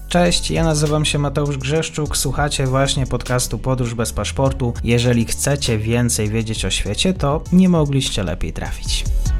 Cześć, ja nazywam się Mateusz Grzeszczuk, słuchacie właśnie podcastu Podróż bez paszportu. Jeżeli chcecie więcej wiedzieć o świecie, to nie mogliście lepiej trafić.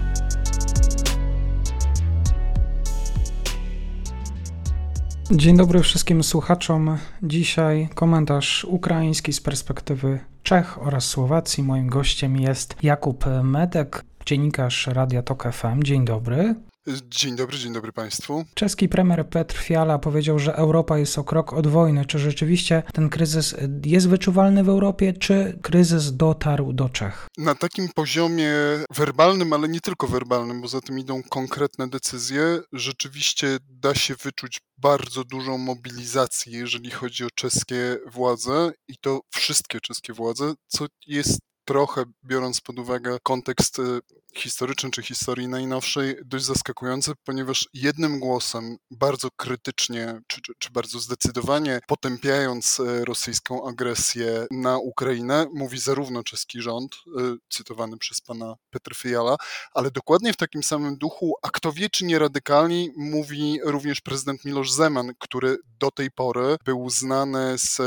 Dzień dobry wszystkim słuchaczom. Dzisiaj komentarz ukraiński z perspektywy Czech oraz Słowacji. Moim gościem jest Jakub Medek, dziennikarz Radia Tok FM. Dzień dobry. Dzień dobry Państwu. Czeski premier Petr Fiala powiedział, że Europa jest o krok od wojny. Czy rzeczywiście ten kryzys jest wyczuwalny w Europie, czy kryzys dotarł do Czech? Na takim poziomie werbalnym, ale nie tylko werbalnym, bo za tym idą konkretne decyzje, rzeczywiście da się wyczuć bardzo dużą mobilizację, jeżeli chodzi o czeskie władze i to wszystkie czeskie władze, co jest trochę, biorąc pod uwagę kontekst historyczny czy historii najnowszej, dość zaskakujący, ponieważ jednym głosem, bardzo krytycznie czy bardzo zdecydowanie potępiając rosyjską agresję na Ukrainę, mówi zarówno czeski rząd, cytowany przez pana Petr Fiala, ale dokładnie w takim samym duchu, a kto wie czy nie radykalni, mówi również prezydent Miloš Zeman, który do tej pory był znany z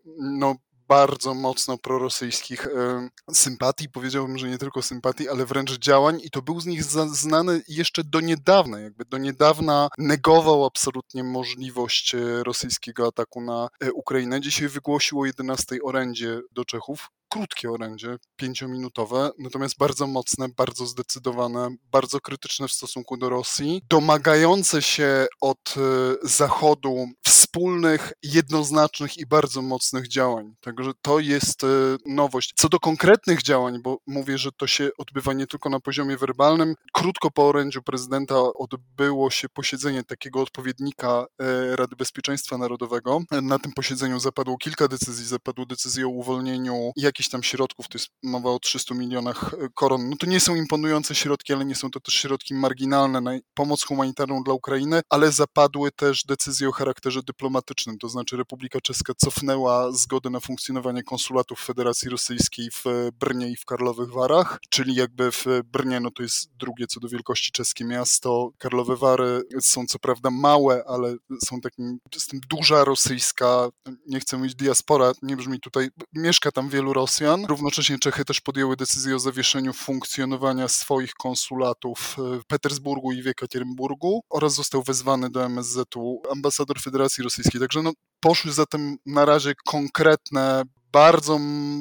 bardzo mocno prorosyjskich sympatii, powiedziałbym, że nie tylko sympatii, ale wręcz działań i to był z nich znany jeszcze do niedawna, do niedawna negował absolutnie możliwość rosyjskiego ataku na Ukrainę. Dzisiaj wygłosił o 11 orędzie do Czechów. Krótkie orędzie, 5-minutowe, natomiast bardzo mocne, bardzo zdecydowane, bardzo krytyczne w stosunku do Rosji, domagające się od Zachodu wspólnych, jednoznacznych i bardzo mocnych działań. Także to jest nowość. Co do konkretnych działań, bo mówię, że to się odbywa nie tylko na poziomie werbalnym, krótko po orędziu prezydenta odbyło się posiedzenie takiego odpowiednika Rady Bezpieczeństwa Narodowego. Na tym posiedzeniu zapadło kilka decyzji, zapadła decyzja o uwolnieniu jakichś tam środków, to jest mowa o 300 milionach koron. No to nie są imponujące środki, ale nie są to też środki marginalne na pomoc humanitarną dla Ukrainy, ale zapadły też decyzje o charakterze dyplomatycznym, to znaczy Republika Czeska cofnęła zgodę na funkcjonowanie konsulatów Federacji Rosyjskiej w Brnie i w Karlowych Warach, czyli jakby w Brnie, no to jest drugie co do wielkości czeskie miasto. Karlowe Wary są co prawda małe, ale są takim, to jest duża rosyjska, nie chcę mówić diaspora, nie brzmi tutaj, mieszka tam wielu Rosjan. Równocześnie Czechy też podjęły decyzję o zawieszeniu funkcjonowania swoich konsulatów w Petersburgu i w Jekaterynburgu oraz został wezwany do MSZ-u ambasador Federacji Rosyjskiej. Także poszły zatem na razie konkretne, bardzo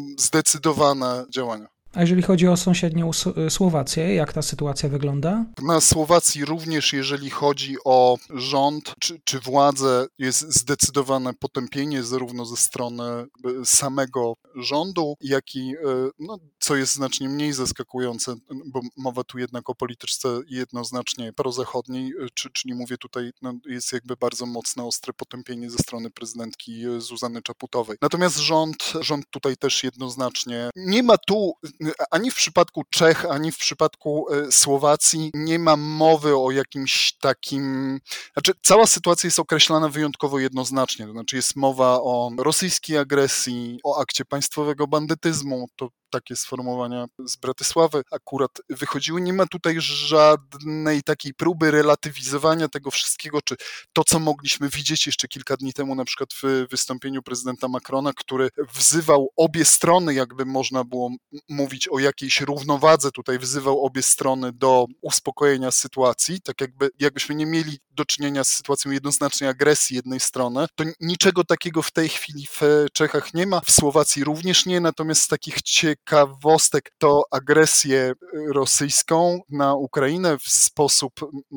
zdecydowane działania. A jeżeli chodzi o sąsiednią Słowację, jak ta sytuacja wygląda? Na Słowacji również, jeżeli chodzi o rząd czy władzę, jest zdecydowane potępienie zarówno ze strony samego rządu, jak i, co jest znacznie mniej zaskakujące, bo mowa tu jednak o polityczce jednoznacznie prozachodniej, czyli mówię tutaj, jest jakby bardzo mocne, ostre potępienie ze strony prezydentki Zuzany Czaputowej. Natomiast rząd tutaj też jednoznacznie nie ma tu ani w przypadku Czech, ani w przypadku Słowacji nie ma mowy o jakimś takim... cała sytuacja jest określana wyjątkowo jednoznacznie, to znaczy jest mowa o rosyjskiej agresji, o akcie państwowego bandytyzmu, to takie sformułowania z Bratysławy akurat wychodziły. Nie ma tutaj żadnej takiej próby relatywizowania tego wszystkiego, czy to, co mogliśmy widzieć jeszcze kilka dni temu, na przykład w wystąpieniu prezydenta Macrona, który wzywał obie strony, jakby można było mówić o jakiejś równowadze, tutaj wzywał obie strony do uspokojenia sytuacji, tak jakbyśmy nie mieli do czynienia z sytuacją jednoznacznej agresji jednej strony, to niczego takiego w tej chwili w Czechach nie ma, w Słowacji również nie, natomiast z takich ciekawostek to agresję rosyjską na Ukrainę w sposób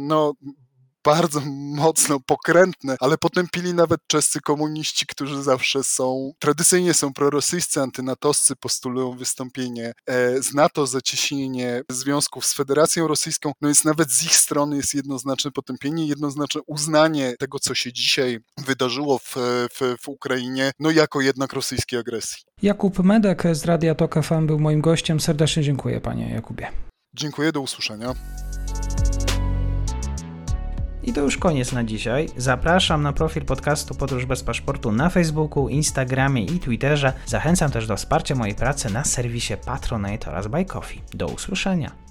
bardzo mocno pokrętne, ale potępili nawet czescy komuniści, którzy zawsze tradycyjnie są prorosyjscy, antynatowscy, postulują wystąpienie z NATO, zacieśnienie związków z Federacją Rosyjską, więc nawet z ich strony jest jednoznaczne potępienie, jednoznaczne uznanie tego, co się dzisiaj wydarzyło w Ukrainie, jako jednak rosyjskiej agresji. Jakub Medek z Radia Tok FM był moim gościem. Serdecznie dziękuję, panie Jakubie. Dziękuję, do usłyszenia. I to już koniec na dzisiaj. Zapraszam na profil podcastu Podróż bez paszportu na Facebooku, Instagramie i Twitterze. Zachęcam też do wsparcia mojej pracy na serwisie Patronite oraz Buy Coffee. Do usłyszenia.